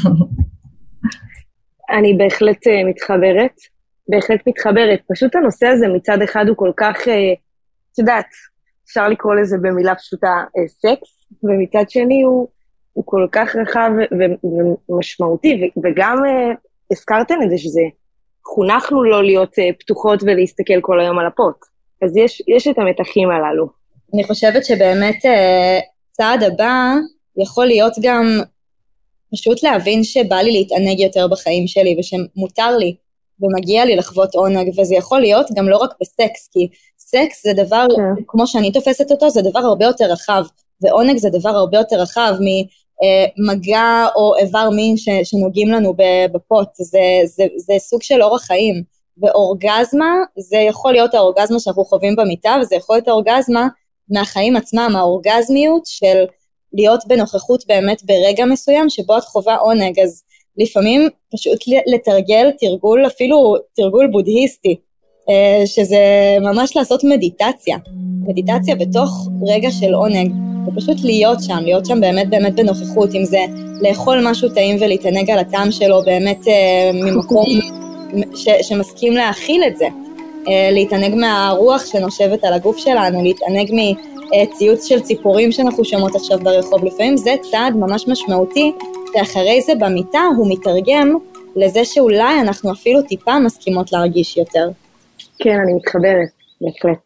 אני בהחלט מתחברת, בהחלט מתחברת, פשוט הנושא הזה מצד אחד הוא כל כך, את יודעת, אפשר לקרוא לזה במילה פשוטה סקס, ומצד שני הוא, הוא כל כך רחב ומשמעותי, וגם הזכרתם את זה שזה, חונכנו לא להיות פתוחות ולהסתכל כל היום על הפוט, אז יש, יש את המתחים הללו. אני חושבת שבאמת צעד הבא יכול להיות גם פשוט להבין שבא לי להתענג יותר בחיים שלי, ושמותר לי ומגיע לי לחוות עונג, וזה יכול להיות גם לא רק בסקס, כי סקס זה דבר, כן. כמו שאני תופסת אותו, זה דבר הרבה יותר רחב, ועונג זה דבר הרבה יותר רחב ממגע או איבר מין ש, שנוגעים לנו בפוט, זה, זה, זה סוג של אורח חיים, ואורגזמה זה יכול להיות האורגזמה שאנחנו חווים במיטה, וזה יכול להיות האורגזמה מהחיים עצמם, האורגזמיות של להיות בנוכחות באמת ברגע מסוים, שבו את חווה עונג, אז לפעמים פשוט לתרגל תרגול, אפילו תרגול בודהיסטי, שזה ממש לעשות מדיטציה, מדיטציה בתוך רגע של עונג, ופשוט להיות שם, להיות שם באמת באמת בנוכחות, אם זה לאכול משהו טעים ולהתענג על הטעם שלו, באמת ממקום ש, שמסכים להכיל את זה, להתענג מהרוח שנושבת על הגוף שלנו, להתענג מציוץ של ציפורים שאנחנו שומעות עכשיו ברחוב, לפעמים זה צעד ממש משמעותי, ואחרי זה במיטה הוא מתרגם לזה שאולי אנחנו אפילו טיפה מסכימות להרגיש יותר. כן, אני מתחברת, בהחלט.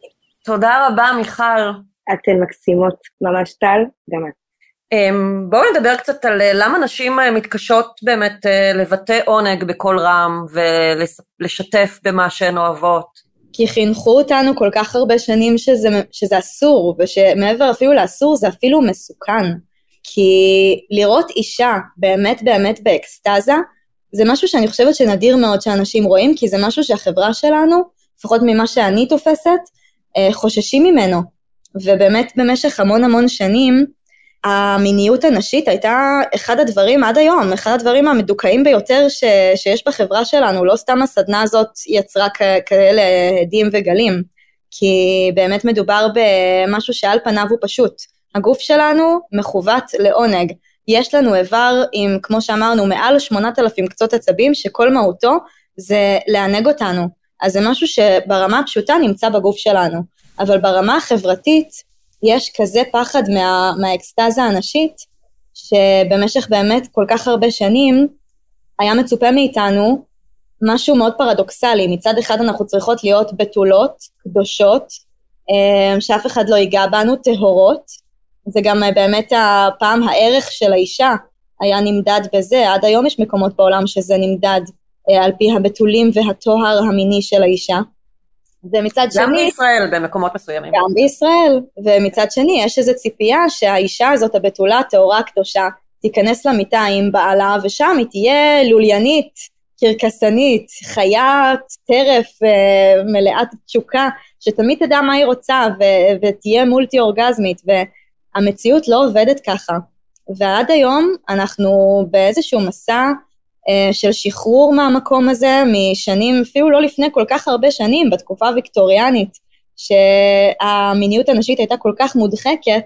תודה רבה, מיכל. אתן מקסימות, ממש טל, גם את. בואו נדבר קצת על למה נשים מתקשות באמת לבטא עונג בכל רם ולשתף במה שהן אוהבות. כי חינכו אותנו כל כך הרבה שנים שזה, שזה אסור, ושמעבר אפילו לאסור זה אפילו מסוכן. כי לראות אישה באמת באמת באקסטאזה, זה משהו שאני חושבת שנדיר מאוד שאנשים רואים, כי זה משהו שהחברה שלנו, לפחות ממה שאני תופסת, חוששים ממנו. ובאמת במשך המון המון שנים, המיניות הנשית הייתה אחד הדברים עד היום, אחד הדברים המדוכאים ביותר ש, שיש בחברה שלנו, לא סתם הסדנה הזאת יצרה כ- כאלה עדים וגלים, כי באמת מדובר במשהו שעל פניו הוא פשוט. הגוף שלנו מכוות לעונג, יש לנו איבר עם, כמו שאמרנו, מעל שמונת אלפים קצות עצבים, שכל מהותו זה לענג אותנו, אז זה משהו שברמה הפשוטה נמצא בגוף שלנו, אבל ברמה החברתית, יש כזה פחד מה, מהאקסטאזה הנשית, שבמשך באמת כל כך הרבה שנים, היה מצופה מאיתנו משהו מאוד פרדוקסלי. מצד אחד אנחנו צריכות להיות בתולות, קדושות, שאף אחד לא ייגע בנו, טהורות. זה גם באמת הפעם הערך של האישה היה נמדד בזה. עד היום יש מקומות בעולם שזה נמדד על פי הבתולים והטוהר המיני של האישה. ומצד שני, גם בישראל, במקומות מסוימים. גם בישראל, ומצד שני, יש איזו ציפייה שהאישה הזאת, הבתולה, טהורה, קדושה, תיכנס למיטה עם בעלה, ושם היא תהיה לוליינית, קרקסנית, חיית, טרף, מלאת תשוקה, שתמיד תדע מה היא רוצה, ו- ותהיה מולטי אורגזמית, והמציאות לא עובדת ככה. ועד היום אנחנו באיזשהו מסע, של שחרור מהמקום הזה, משנים, אפילו לא לפני כל כך הרבה שנים, בתקופה הוויקטוריאנית, שהמיניות הנשית הייתה כל כך מודחקת,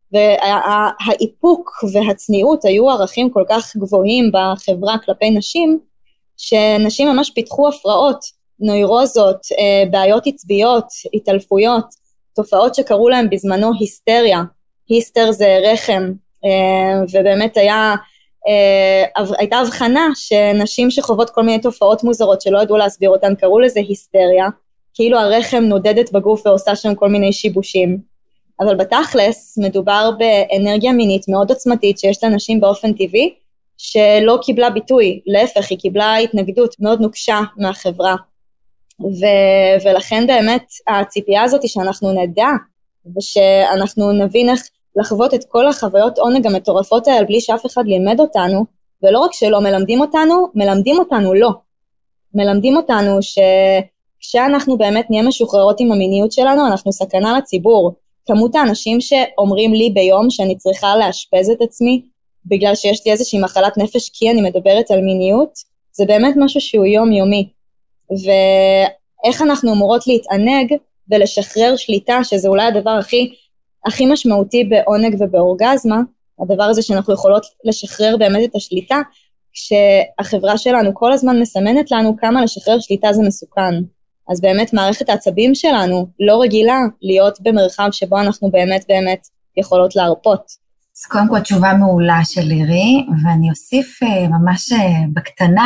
והאיפוק והצניעות היו ערכים כל כך גבוהים בחברה כלפי נשים, שנשים ממש פיתחו הפרעות, נוירוזות, בעיות עצביות, התעלפויות, תופעות שקראו להם בזמנו היסטריה, היסטר זה רחם, ובאמת היה, Uh, הייתה הבחנה שנשים שחוות כל מיני תופעות מוזרות שלא ידעו להסביר אותן, קראו לזה היסטריה, כאילו הרחם נודדת בגוף ועושה שם כל מיני שיבושים, אבל בתכלס מדובר באנרגיה מינית מאוד עוצמתית שיש לנשים באופן טבעי, שלא קיבלה ביטוי, להפך היא קיבלה התנגדות מאוד נוקשה מהחברה, ו- ולכן באמת הציפייה הזאת היא שאנחנו נדע, ושאנחנו נבין איך לחוות את כל החוויות עונג המטורפות האלה בלי שאף אחד לימד אותנו, ולא רק שלא מלמדים אותנו, מלמדים אותנו לא. מלמדים אותנו שכשאנחנו באמת נהיה משוחררות עם המיניות שלנו, אנחנו סכנה לציבור. כמות האנשים שאומרים לי ביום שאני צריכה לאשפז את עצמי, בגלל שיש לי איזושהי מחלת נפש כי אני מדברת על מיניות, זה באמת משהו שהוא יומיומי. ואיך אנחנו אמורות להתענג ולשחרר שליטה, שזה אולי הדבר הכי הכי משמעותי בעונג ובאורגזמה, הדבר הזה שאנחנו יכולות לשחרר באמת את השליטה, כשהחברה שלנו כל הזמן מסמנת לנו כמה לשחרר שליטה זה מסוכן. אז באמת מערכת העצבים שלנו לא רגילה להיות במרחב שבו אנחנו באמת באמת יכולות להרפות. אז קודם כל תשובה מעולה של לירי, ואני אוסיף ממש בקטנה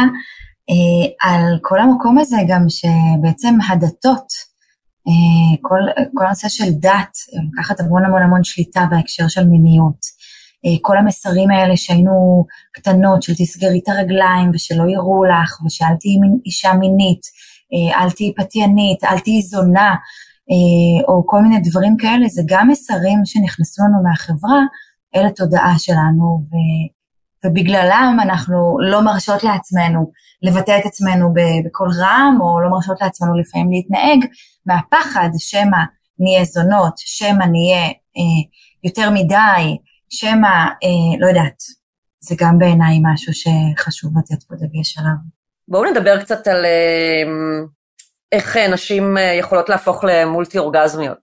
על כל המקום הזה גם שבעצם הדתות, כל, כל הנושא של דת, לקחת המון המון המון שליטה בהקשר של מיניות, כל המסרים האלה שהיינו קטנות, של תסגרי את הרגליים ושלא יראו לך, ושאל תהי אישה מינית, אל תהי פתיינית, אל תהי זונה, או כל מיני דברים כאלה, זה גם מסרים שנכנסו לנו מהחברה, אל התודעה שלנו, ו, ובגללם אנחנו לא מרשות לעצמנו לבטא את עצמנו בכל רם, או לא מרשות לעצמנו לפעמים להתנהג, מהפחד שמה נהיה זונות, שמה נהיה אה, יותר מדי, שמה, אה, לא יודעת, זה גם בעיניי משהו שחשוב לתת פה דגש עליו. בואו נדבר קצת על אה, איך נשים יכולות להפוך למולטי אורגזמיות.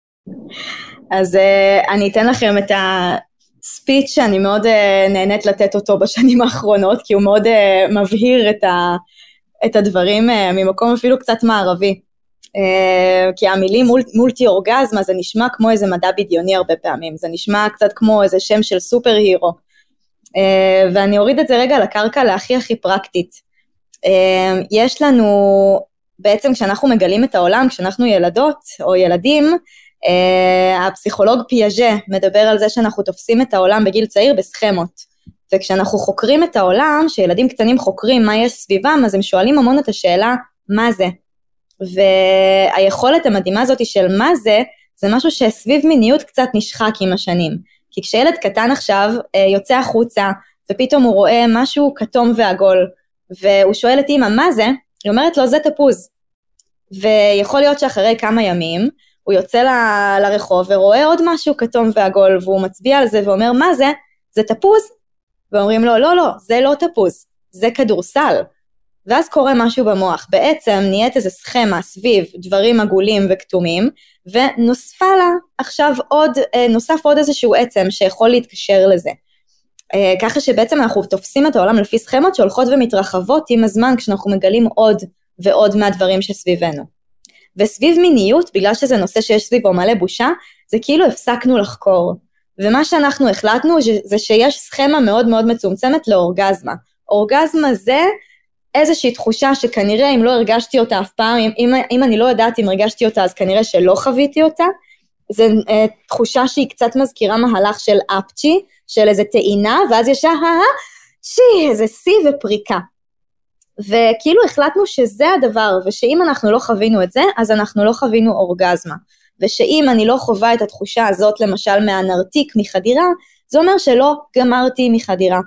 אז אה, אני אתן לכם את הספיץ' שאני מאוד אה, נהנית לתת אותו בשנים האחרונות, כי הוא מאוד אה, מבהיר את, ה, את הדברים אה, ממקום אפילו קצת מערבי. Uh, כי המילים מול, מולטי אורגזמה זה נשמע כמו איזה מדע בדיוני הרבה פעמים, זה נשמע קצת כמו איזה שם של סופר הירו, uh, ואני אוריד את זה רגע לקרקע להכי הכי פרקטית. Uh, יש לנו, בעצם כשאנחנו מגלים את העולם, כשאנחנו ילדות או ילדים, הפסיכולוג פיאז'ה מדבר על זה שאנחנו תופסים את העולם בגיל צעיר בסכמות, וכשאנחנו חוקרים את העולם, שילדים קטנים חוקרים מה יש סביבם, אז הם שואלים המון את השאלה, מה זה? והיכולת המדהימה הזאת של מה זה, זה משהו שסביב מיניות קצת נשחק עם השנים, כי כשילד קטן עכשיו יוצא החוצה, ופתאום הוא רואה משהו כתום ועגול, והוא שואל את אמא, מה זה? היא אומרת לו, זה תפוז. ויכול להיות שאחרי כמה ימים, הוא יוצא ל- לרחוב ורואה עוד משהו כתום ועגול, והוא מצביע על זה ואומר, מה זה? זה תפוז? ואומרים לו, לא, לא, זה לא תפוז, זה כדורסל. ואז קורה משהו במוח, בעצם נהיית איזה סכמה סביב דברים עגולים וכתומים, ונוספה לה עכשיו עוד, נוסף עוד איזשהו עצם שיכול להתקשר לזה. ככה שבעצם אנחנו תופסים את העולם לפי סכמות שהולכות ומתרחבות עם הזמן, כשאנחנו מגלים עוד ועוד מהדברים שסביבנו. וסביב מיניות, בגלל שזה נושא שיש סביבו מלא בושה, זה כאילו הפסקנו לחקור. ומה שאנחנו החלטנו זה שיש סכמה מאוד מאוד מצומצמת לאורגזמה. אורגזמה זה איזושהי תחושה שכנראה אם לא הרגשתי אותה אף פעם, אם, אם, אם אני לא יודעת אם הרגשתי אותה, אז כנראה שלא חוויתי אותה. זו uh, תחושה שהיא קצת מזכירה מהלך של אפצ'י, של איזה טעינה, ואז ישר, שי, איזה סי ופריקה. וכאילו החלטנו שזה הדבר, ושאם אנחנו לא חווינו את זה, אז אנחנו לא חווינו אורגזמה. ושאם אני לא חווה את התחושה הזאת, למשל מהנרתיק מחדירה, זה אומר שלא גמרתי מחדירה.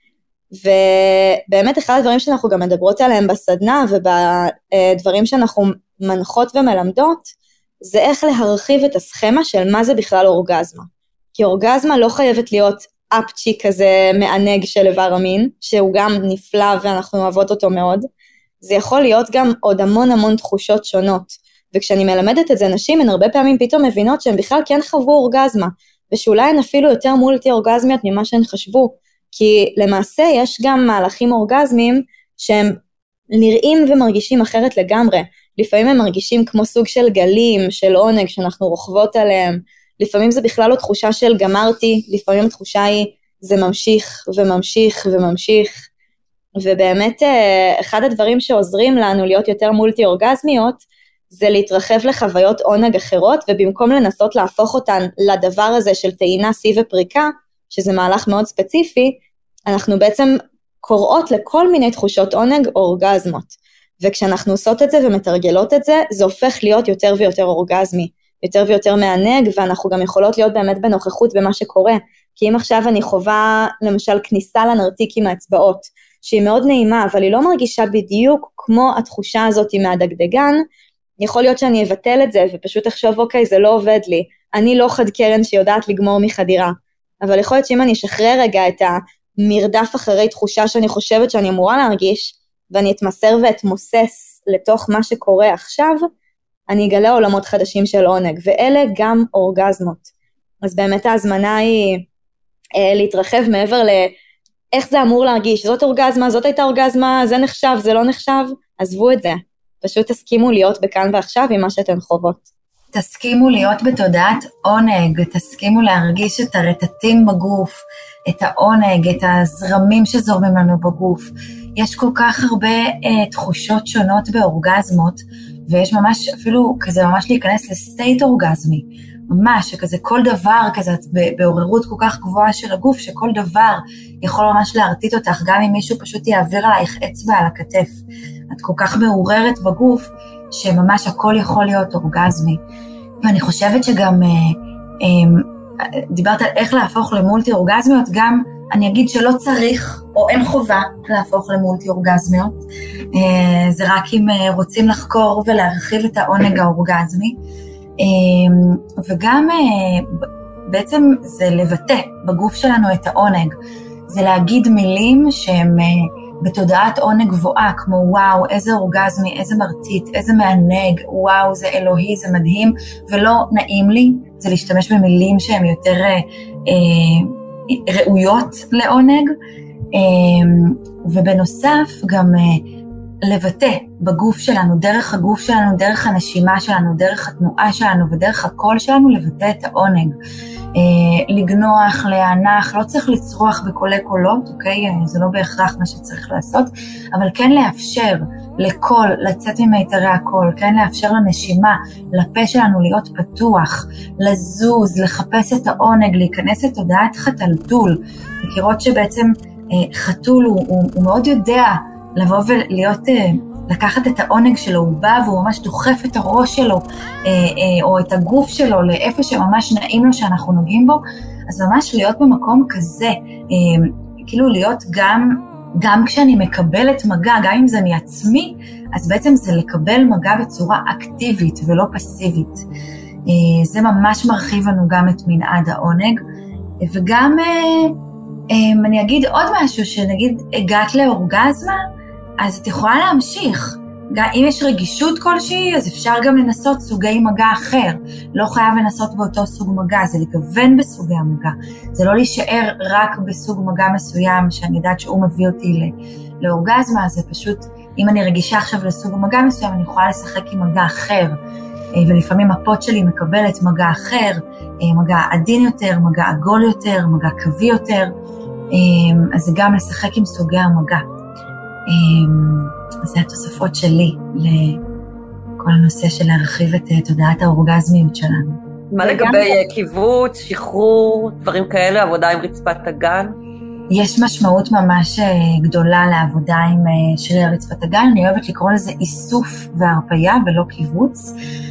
ובאמת אחד הדברים שאנחנו גם מדברות עליהם בסדנה, ובדברים שאנחנו מנחות ומלמדות, זה איך להרחיב את הסכמה של מה זה בכלל אורגזמה. כי אורגזמה לא חייבת להיות אפצ'י כזה מענג של איבר המין, שהוא גם נפלא ואנחנו אוהבות אותו מאוד, זה יכול להיות גם עוד המון המון תחושות שונות, וכשאני מלמדת את זה, נשים הן הרבה פעמים פתאום מבינות שהן בכלל כן חוו אורגזמה, ושאולי הן אפילו יותר מולטי אורגזמיות ממה שהן חשבו, כי למעשה יש גם מהלכים אורגזמיים שהם נראים ומרגישים אחרת לגמרי, לפעמים הם מרגישים כמו סוג של גלים, של עונג שאנחנו רוכבות עליהם, לפעמים זה בכלל לא תחושה של גמרתי, לפעמים התחושה היא זה ממשיך וממשיך וממשיך, ובאמת אחד הדברים שעוזרים לנו להיות יותר מולטי אורגזמיות, זה להתרחב לחוויות עונג אחרות, ובמקום לנסות להפוך אותן לדבר הזה של טעינה, סי ופריקה, שזה מהלך מאוד ספציפי, אנחנו בעצם קוראות לכל מיני תחושות עונג אורגזמות, וכשאנחנו עושות את זה ומתרגלות את זה, זה הופך להיות יותר ויותר אורגזמי, יותר ויותר מענג, ואנחנו גם יכולות להיות באמת בנוכחות במה שקורה, כי אם עכשיו אני חווה למשל כניסה לנרתיק עם האצבעות, שהיא מאוד נעימה, אבל היא לא מרגישה בדיוק כמו התחושה הזאת מהדגדגן, יכול להיות שאני אבטל את זה, ופשוט אחשוב, אוקיי, זה לא עובד לי, אני לא חד קרן שיודעת לגמור מחדירה, אבל יכול להיות שאם אני אשחרר רגע את המרדף אחרי תחושה שאני חושבת שאני אמורה להרגיש, ואני אתמסר ואתמוסס לתוך מה שקורה עכשיו, אני אגלה עולמות חדשים של עונג, ואלה גם אורגזמות. אז באמת ההזמנה היא אה, להתרחב מעבר לאיך זה אמור להרגיש, זאת אורגזמה, זאת הייתה אורגזמה, זה נחשב, זה לא נחשב, עזבו את זה. פשוט תסכימו להיות בכאן ועכשיו עם מה שאתן חוות. תסכימו להיות בתודעת עונג, תסכימו להרגיש את הרטטים בגוף, את העונג, את הזרמים שזורמים לנו בגוף. יש כל כך הרבה אה, תחושות שונות באורגזמות, ויש ממש אפילו כזה ממש להיכנס לסטייט אורגזמי, ממש שכזה כל דבר כזה בעוררות כל כך גבוהה של הגוף, שכל דבר יכול ממש להרטיט אותך, גם אם מישהו פשוט יעביר עלייך אצבע על הכתף. את כל כך מעוררת בגוף, שממש הכל יכול להיות אורגזמי. ואני חושבת שגם, אה, אה, דיברת על איך להפוך למולטי אורגזמיות, גם אני אגיד שלא צריך, או אין חובה להפוך למולטי אורגזמיות, אה, זה רק אם אה, רוצים לחקור ולהרחיב את העונג האורגזמי, אה, וגם אה, בעצם זה לבטא בגוף שלנו את העונג, זה להגיד מילים שהם אה, בתודעת עונג גבוהה, כמו וואו, איזה אורגזמי, איזה מרטיט, איזה מענג, וואו, זה אלוהי, זה מדהים, ולא נעים לי, זה להשתמש במילים שהן יותר אה, אה, ראויות לעונג, אה, ובנוסף גם אה, לבטא בגוף שלנו, דרך הגוף שלנו, דרך הנשימה שלנו, דרך התנועה שלנו ודרך הקול שלנו, לבטא את העונג. אה, לגנוח, להנח, לא צריך לצרוח בקולי קולות, אוקיי? זה לא בהכרח מה שצריך לעשות, אבל כן לאפשר לקול, לצאת ממיתרי הקול, כן לאפשר לנשימה, לפה שלנו להיות פתוח, לזוז, לחפש את העונג, להיכנס לתודעת חתלתול. מכירות שבעצם אה, חתול הוא, הוא, הוא מאוד יודע לבוא ולהיות, אה, לקחת את העונג שלו, הוא בא והוא ממש דוחף את הראש שלו, אה, אה, או את הגוף שלו לאיפה שממש נעים לו שאנחנו נוגעים בו, אז ממש להיות במקום כזה, אה, כאילו להיות גם, גם כשאני מקבלת מגע, גם אם זה מעצמי, אז בעצם זה לקבל מגע בצורה אקטיבית ולא פסיבית. אה, זה ממש מרחיב לנו גם את מנעד העונג, וגם אה, אה, אני אגיד עוד משהו, שנגיד הגעת לאורגזמה, אז את יכולה להמשיך. אם יש רגישות כלשהי, אז אפשר גם לנסות סוגי מגע אחר. לא חייב לנסות באותו סוג מגע, זה לגוון בסוגי המגע. זה לא להישאר רק בסוג מגע מסוים, שאני יודעת שהוא מביא אותי לאורגזמה, זה פשוט, אם אני רגישה עכשיו לסוג מגע מסוים, אני יכולה לשחק עם מגע אחר, ולפעמים הפות שלי מקבלת מגע אחר, מגע עדין יותר, מגע עגול יותר, מגע קווי יותר, אז זה גם לשחק עם סוגי המגע. אז זה התוספות שלי לכל הנושא של להרחיב את תודעת האורגזמיות שלנו. מה לגבי קיבוץ, שחרור, דברים כאלה, עבודה עם רצפת הגן? יש משמעות ממש גדולה לעבודה עם שריר רצפת הגן, אני אוהבת לקרוא לזה איסוף והרפיה ולא קיבוץ.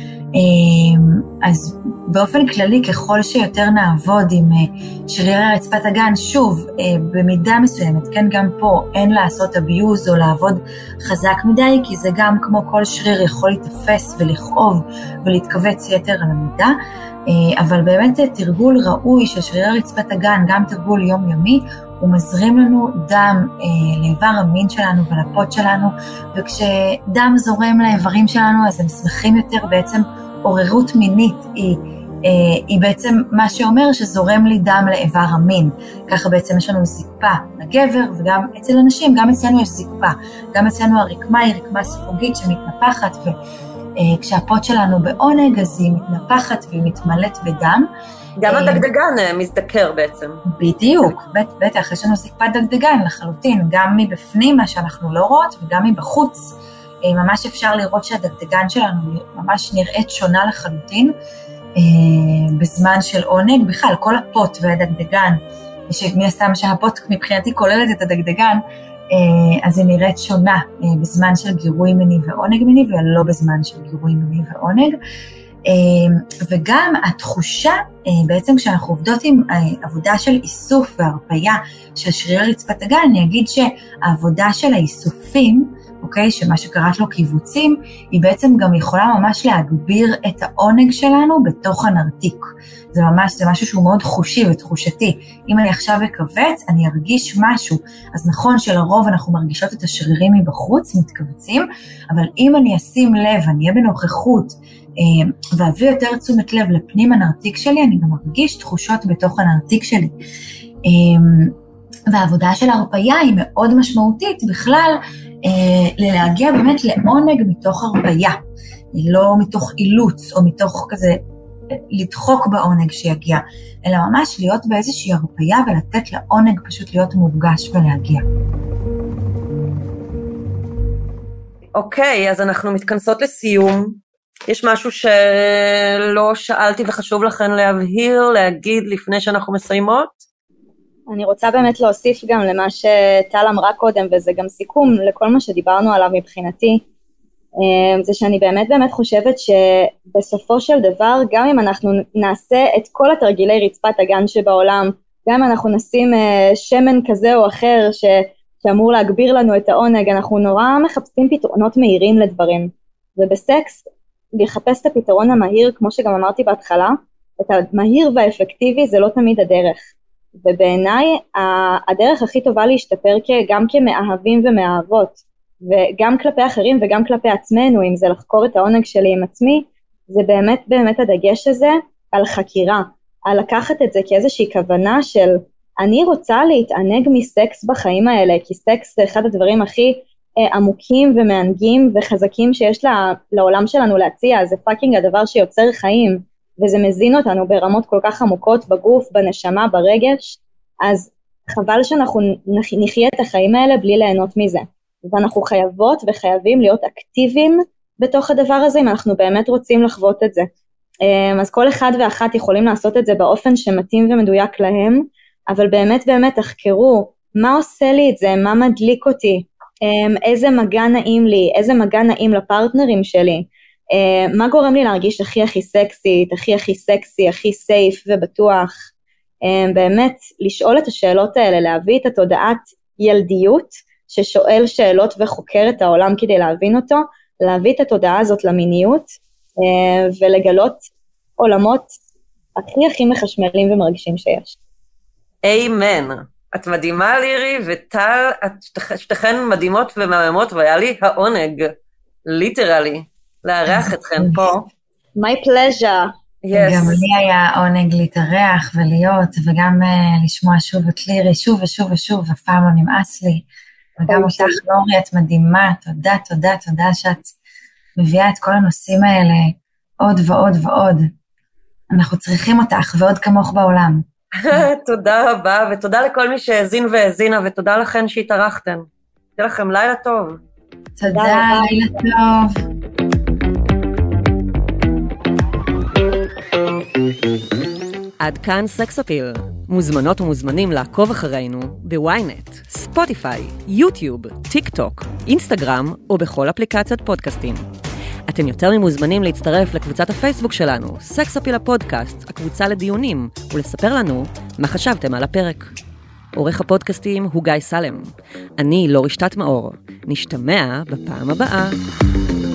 אז באופן כללי, ככל שיותר נעבוד עם שרירי רצפת הגן, שוב, במידה מסוימת, כן, גם פה אין לעשות אביוז או לעבוד חזק מדי, כי זה גם כמו כל שריר יכול להתאפס ולכאוב ולהתכווץ יתר על המידה, אבל באמת תרגול ראוי של שרירי רצפת הגן, גם תרגול יומיומי, הוא מזרים לנו דם אה, לאיבר המין שלנו ולפות שלנו, וכשדם זורם לאיברים שלנו, אז הם שמחים יותר. בעצם עוררות מינית היא, אה, היא בעצם מה שאומר שזורם לי דם לאיבר המין. ככה בעצם יש לנו זקפה לגבר, וגם אצל אנשים, גם אצלנו יש זקפה. גם אצלנו הרקמה היא רקמה ספוגית שמתנפחת, וכשהפות שלנו בעונג, אז היא מתנפחת והיא מתמלאת בדם. גם הדגדגן מזדקר בעצם. בדיוק, בטח, יש לנו זקפת דגדגן לחלוטין, גם מבפנים מה שאנחנו לא רואות, וגם מבחוץ, ממש אפשר לראות שהדגדגן שלנו ממש נראית שונה לחלוטין, בזמן של עונג, בכלל, כל הפות והדגדגן, שמי הסתם שהפות מבחינתי כוללת את הדגדגן, אז היא נראית שונה בזמן של גירוי מיני ועונג מיני, ולא בזמן של גירוי מיני ועונג, וגם התחושה, בעצם כשאנחנו עובדות עם עבודה של איסוף והרפיה של שריר רצפת הגן, אני אגיד שהעבודה של האיסופים, אוקיי, שמה שקראת לו קיבוצים, היא בעצם גם יכולה ממש להגביר את העונג שלנו בתוך הנרתיק. זה ממש, זה משהו שהוא מאוד חושי ותחושתי. אם אני עכשיו אקבץ, אני ארגיש משהו. אז נכון שלרוב אנחנו מרגישות את השרירים מבחוץ, מתכווצים, אבל אם אני אשים לב, אני אהיה בנוכחות, ואביא יותר תשומת לב לפנים הנרתיק שלי, אני גם מרגיש תחושות בתוך הנרתיק שלי. והעבודה של ההרפיה היא מאוד משמעותית בכלל, להגיע באמת לעונג מתוך הרפיה, לא מתוך אילוץ או מתוך כזה לדחוק בעונג שיגיע, אלא ממש להיות באיזושהי הרפיה ולתת לעונג פשוט להיות מורגש ולהגיע. אוקיי, אז אנחנו מתכנסות לסיום. יש משהו שלא שאלתי וחשוב לכן להבהיר, להגיד לפני שאנחנו מסיימות? אני רוצה באמת להוסיף גם למה שטל אמרה קודם, וזה גם סיכום לכל מה שדיברנו עליו מבחינתי, זה שאני באמת באמת חושבת שבסופו של דבר, גם אם אנחנו נעשה את כל התרגילי רצפת הגן שבעולם, גם אם אנחנו נשים שמן כזה או אחר ש, שאמור להגביר לנו את העונג, אנחנו נורא מחפשים פתרונות מהירים לדברים, ובסקס, לחפש את הפתרון המהיר, כמו שגם אמרתי בהתחלה, את המהיר והאפקטיבי זה לא תמיד הדרך. ובעיניי הדרך הכי טובה להשתפר גם כמאהבים ומאהבות, וגם כלפי אחרים וגם כלפי עצמנו, אם זה לחקור את העונג שלי עם עצמי, זה באמת באמת הדגש הזה על חקירה, על לקחת את זה כאיזושהי כוונה של אני רוצה להתענג מסקס בחיים האלה, כי סקס זה אחד הדברים הכי אה, עמוקים ומענגים וחזקים שיש לה, לעולם שלנו להציע, זה פאקינג הדבר שיוצר חיים, וזה מזין אותנו ברמות כל כך עמוקות בגוף, בנשמה, ברגש, אז חבל שאנחנו נחיה את החיים האלה בלי ליהנות מזה. ואנחנו חייבות וחייבים להיות אקטיביים בתוך הדבר הזה, אם אנחנו באמת רוצים לחוות את זה. אז כל אחד ואחת יכולים לעשות את זה באופן שמתאים ומדויק להם, אבל באמת באמת תחקרו, מה עושה לי את זה, מה מדליק אותי, איזה מגע נעים לי, איזה מגע נעים לפרטנרים שלי, מה גורם לי להרגיש הכי הכי סקסית, הכי הכי סקסי, הכי סייף ובטוח, באמת לשאול את השאלות האלה, להביא את התודעת ילדיות, ששואל שאלות וחוקר את העולם כדי להבין אותו, להביא את התודעה הזאת למיניות, ולגלות עולמות הכי הכי מחשמלים ומרגישים שיש. איימן. את מדהימה לירי, וטל, את שתכן מדהימות ומהממות, והיה לי העונג, ליטרלי, לארח אתכן פה. My pleasure. Yes. גם לי היה עונג להתארח ולהיות, וגם uh, לשמוע שוב את לירי, שוב ושוב ושוב, אף פעם לא נמאס לי. וגם אותך לורי, את מדהימה, תודה, תודה, תודה שאת מביאה את כל הנושאים האלה, עוד ועוד ועוד. אנחנו צריכים אותך, ועוד כמוך בעולם. תודה רבה, ותודה לכל מי שהאזין והאזינה, ותודה לכן שהתארחתן. תהיה לכם לילה טוב. תודה, לילה טוב. עד כאן סקס אפיל. מוזמנות ומוזמנים לעקוב אחרינו בוויינט, ספוטיפיי, יוטיוב, טיק טוק, אינסטגרם או בכל אפליקציית פודקאסטים. אתם יותר ממוזמנים להצטרף לקבוצת הפייסבוק שלנו, סקס אפיל הפודקאסט, הקבוצה לדיונים, ולספר לנו מה חשבתם על הפרק. עורך הפודקאסטים הוא גיא סלם. אני לורי שטט מאור. נשתמע בפעם הבאה.